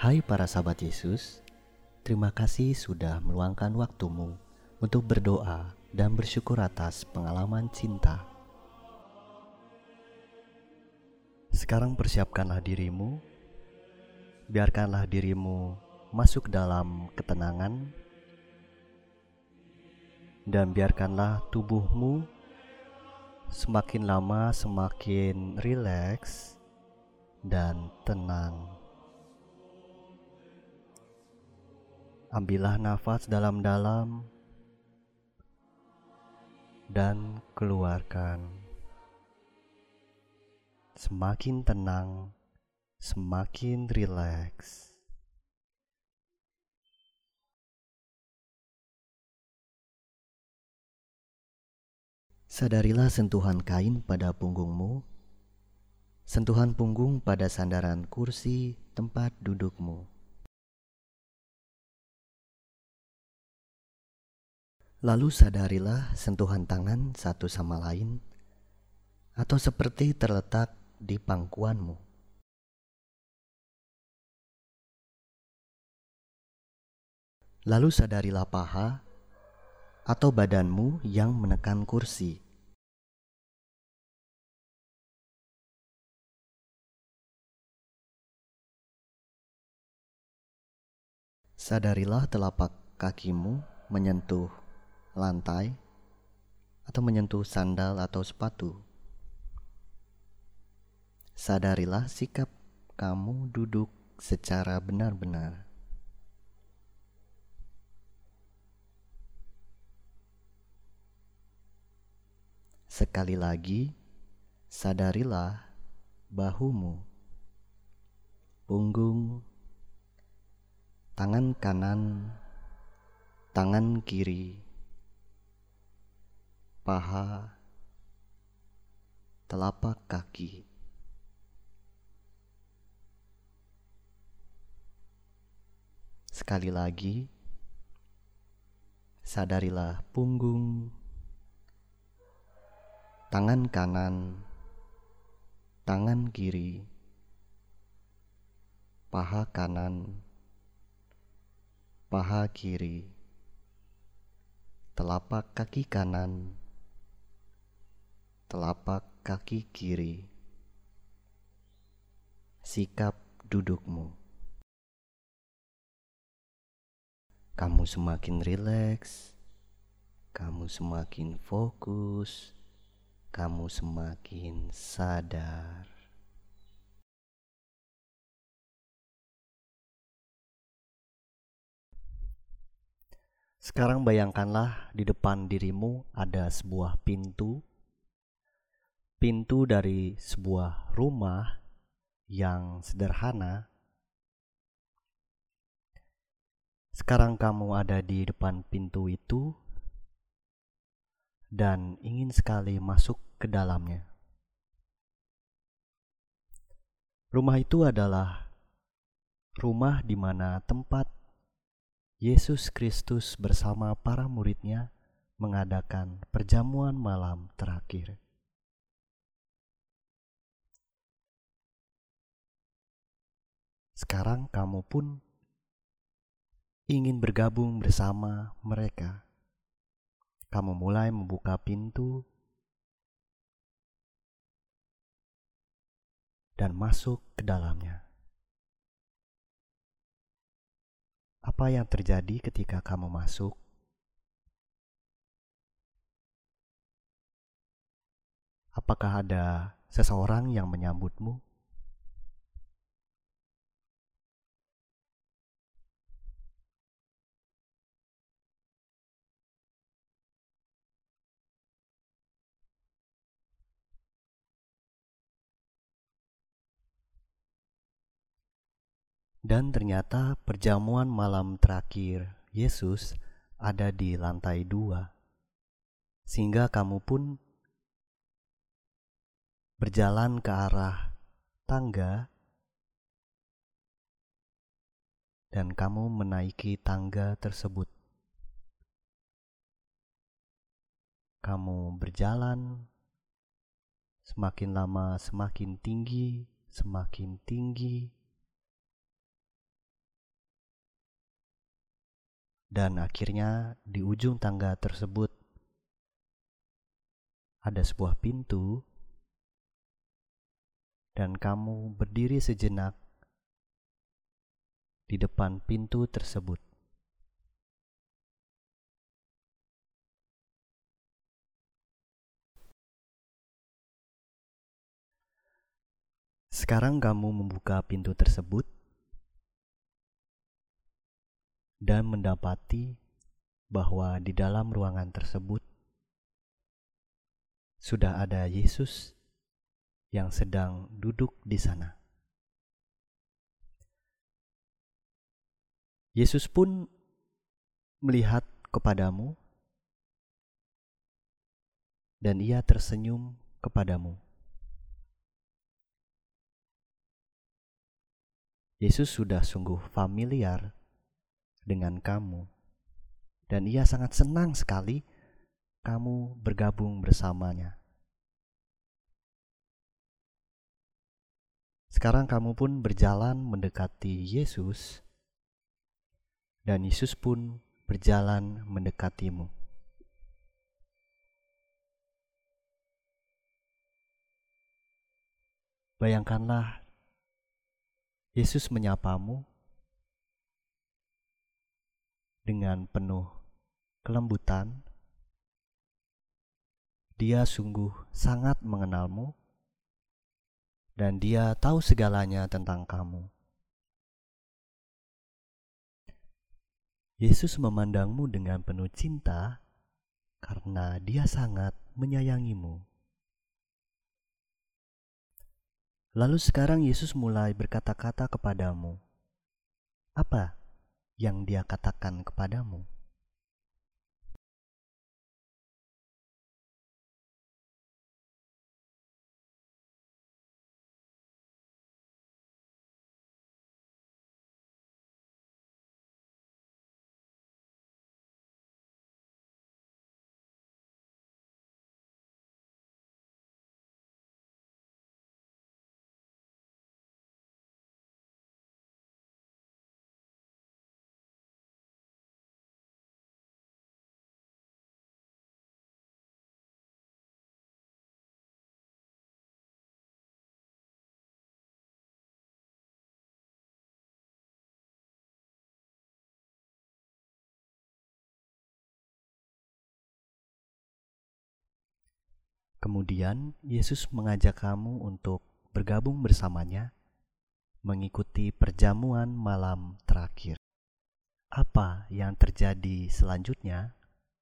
Hai para sahabat Yesus, terima kasih sudah meluangkan waktumu untuk berdoa dan bersyukur atas pengalaman cinta. Sekarang persiapkanlah dirimu, biarkanlah dirimu masuk dalam ketenangan, dan biarkanlah tubuhmu semakin lama semakin rileks dan tenang. Ambillah nafas dalam-dalam dan keluarkan. Semakin tenang, semakin rileks. Sadarilah sentuhan kain pada punggungmu, sentuhan punggung pada sandaran kursi tempat dudukmu. Lalu sadarilah sentuhan tangan satu sama lain, atau seperti terletak di pangkuanmu. Lalu sadarilah paha atau badanmu yang menekan kursi. Sadarilah telapak kakimu menyentuh lantai atau menyentuh sandal atau sepatu. Sadarilah sikap kamu duduk secara benar-benar. Sekali lagi, sadarilah bahumu, punggung, tangan kanan, tangan kiri, paha, telapak kaki. Sekali lagi, sadarilah punggung, tangan kanan, tangan kiri, paha kanan, paha kiri, telapak kaki kanan, telapak kaki kiri. Sikap dudukmu. Kamu semakin rileks, kamu semakin fokus, kamu semakin sadar. Sekarang bayangkanlah di depan dirimu ada sebuah pintu dari sebuah rumah yang sederhana. Sekarang kamu ada di depan pintu itu dan ingin sekali masuk ke dalamnya. Rumah itu adalah rumah di mana tempat Yesus Kristus bersama para murid-Nya mengadakan perjamuan malam terakhir. Sekarang kamu pun ingin bergabung bersama mereka. Kamu mulai membuka pintu dan masuk ke dalamnya. Apa yang terjadi ketika kamu masuk? Apakah ada seseorang yang menyambutmu? Dan ternyata perjamuan malam terakhir Yesus ada di lantai 2. Sehingga kamu pun berjalan ke arah tangga dan kamu menaiki tangga tersebut. Kamu berjalan semakin lama semakin tinggi, semakin tinggi. Dan akhirnya di ujung tangga tersebut ada sebuah pintu, dan kamu berdiri sejenak di depan pintu tersebut. Sekarang kamu membuka pintu tersebut dan mendapati bahwa di dalam ruangan tersebut sudah ada Yesus yang sedang duduk di sana. Yesus pun melihat kepadamu dan ia tersenyum kepadamu. Yesus sudah sungguh familiar dengan kamu dan ia sangat senang sekali kamu bergabung bersamanya. Sekarang kamu pun berjalan mendekati Yesus dan Yesus pun berjalan mendekatimu. Bayangkanlah Yesus menyapamu dengan penuh kelembutan. Dia sungguh sangat mengenalmu dan dia tahu segalanya tentang kamu. Yesus memandangmu dengan penuh cinta karena dia sangat menyayangimu. Lalu sekarang Yesus mulai berkata-kata kepadamu. Apa yang dia katakan kepadamu? Kemudian Yesus mengajak kamu untuk bergabung bersamanya, mengikuti perjamuan malam terakhir. Apa yang terjadi selanjutnya?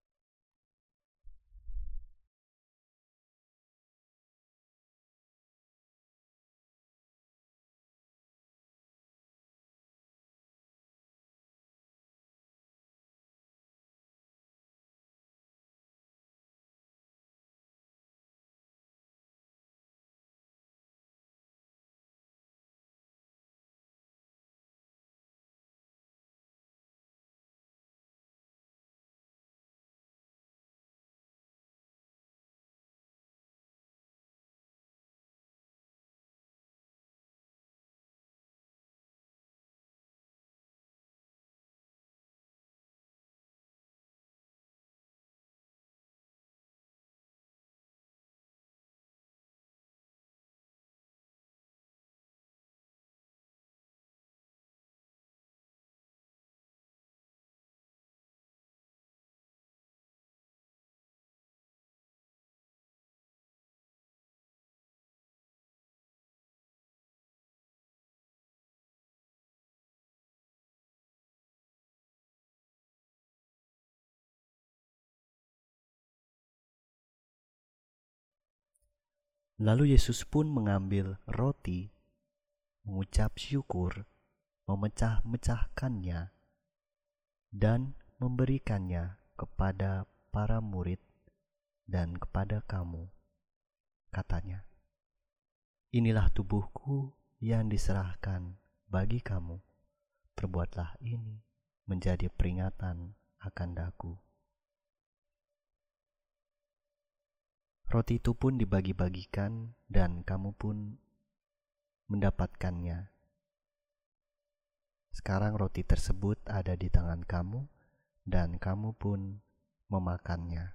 Lalu Yesus pun mengambil roti, mengucap syukur, memecah-mecahkannya, dan memberikannya kepada para murid dan kepada kamu. Katanya, "Inilah tubuhku yang diserahkan bagi kamu. Perbuatlah ini menjadi peringatan akan daku." Roti itu pun dibagi-bagikan dan kamu pun mendapatkannya. Sekarang roti tersebut ada di tangan kamu dan kamu pun memakannya.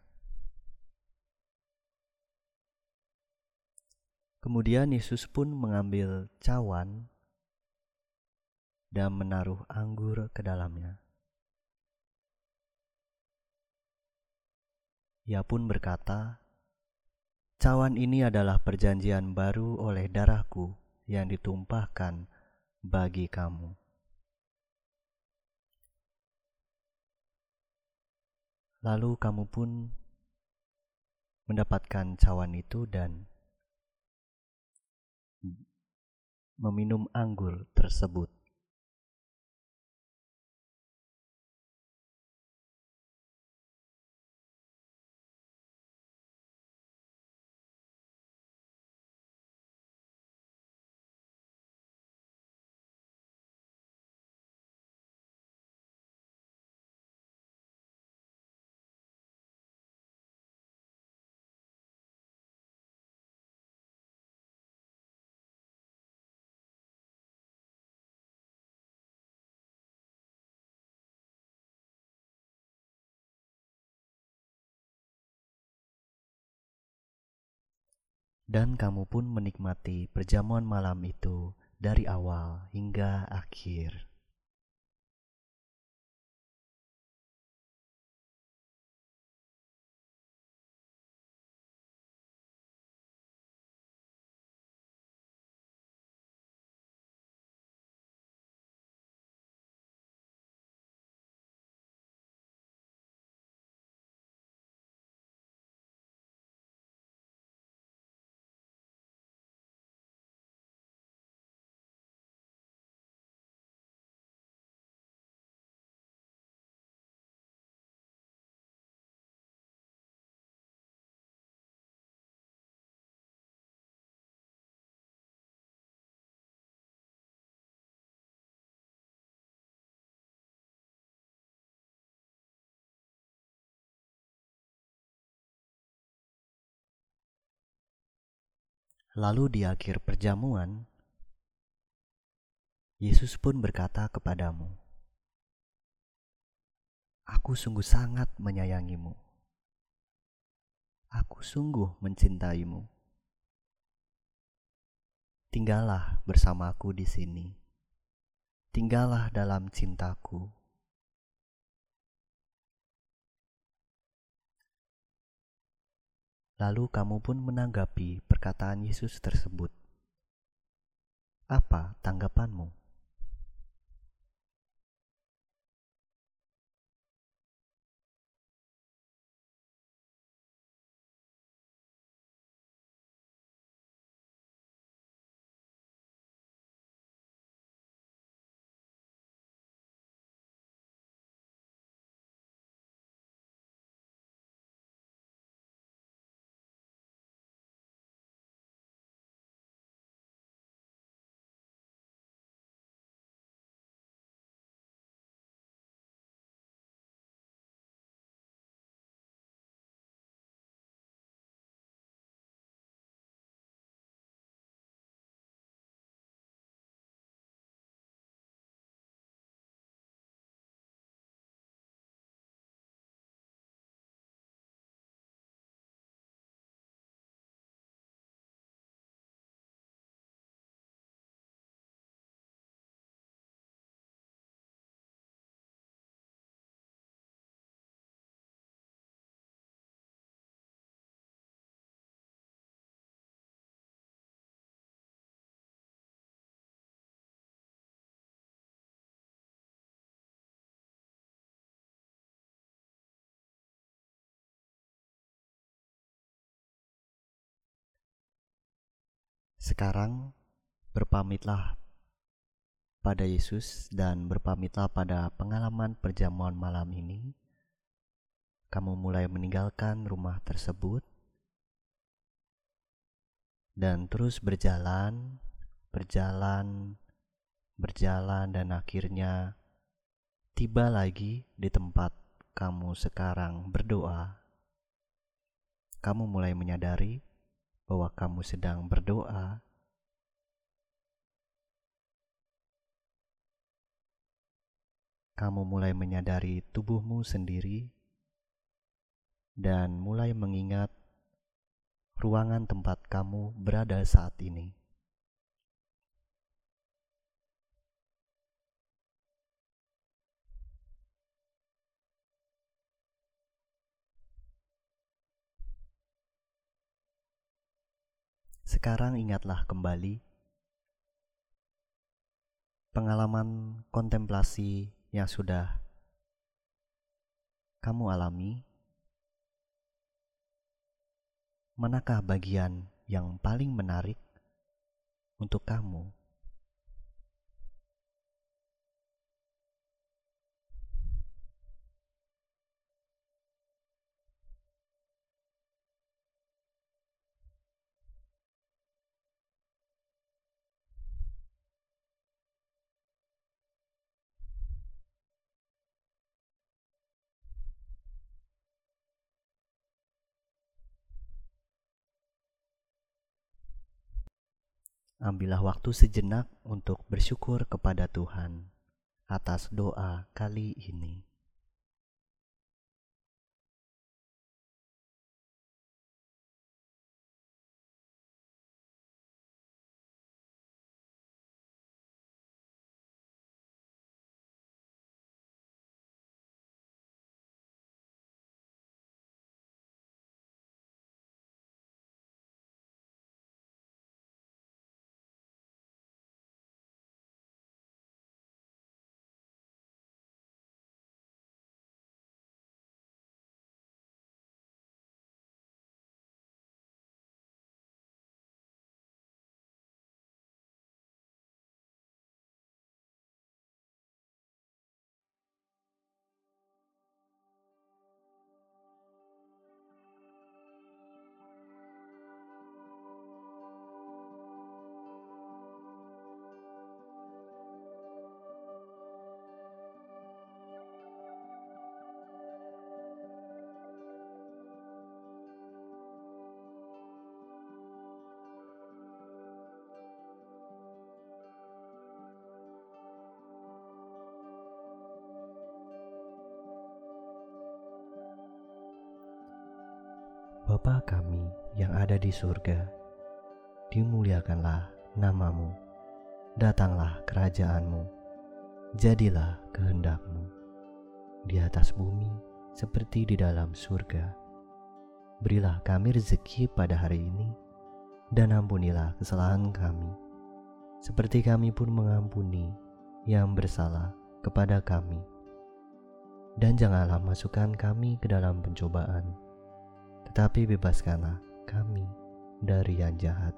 Kemudian Yesus pun mengambil cawan dan menaruh anggur ke dalamnya. Ia pun berkata, "Cawan ini adalah perjanjian baru oleh darahku yang ditumpahkan bagi kamu. Lalu kamu pun mendapatkan cawan itu dan meminum anggur tersebut." Dan kamu pun menikmati perjamuan malam itu dari awal hingga akhir. Lalu di akhir perjamuan, Yesus pun berkata kepadamu, "Aku sungguh sangat menyayangimu. Aku sungguh mencintaimu. Tinggallah bersamaku di sini. Tinggallah dalam cintaku." Lalu kamu pun menanggapi perkataan Yesus tersebut. Apa tanggapanmu? Sekarang berpamitlah pada Yesus dan berpamitlah pada pengalaman perjamuan malam ini. Kamu mulai meninggalkan rumah tersebut dan terus berjalan, berjalan dan akhirnya tiba lagi di tempat kamu sekarang berdoa. Kamu mulai menyadari bahwa kamu sedang berdoa. kamu mulai menyadari tubuhmu sendiri dan mulai mengingat ruangan tempat kamu berada saat ini. Sekarang ingatlah kembali pengalaman kontemplasi yang sudah kamu alami. Manakah bagian yang paling menarik untuk kamu? Ambillah waktu sejenak untuk bersyukur kepada Tuhan atas doa kali ini. Bapa kami yang ada di surga, dimuliakanlah namamu, datanglah kerajaanmu, jadilah kehendak-Mu di atas bumi seperti di dalam surga. Berilah kami rezeki pada hari ini, dan ampunilah kesalahan kami, seperti kami pun mengampuni yang bersalah kepada kami. Dan janganlah masukkan kami ke dalam pencobaan, tetapi bebaskanlah kami dari yang jahat.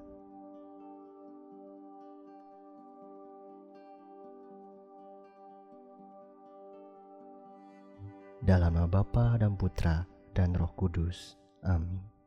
Dalam nama Bapa dan Putra dan Roh Kudus. Amin.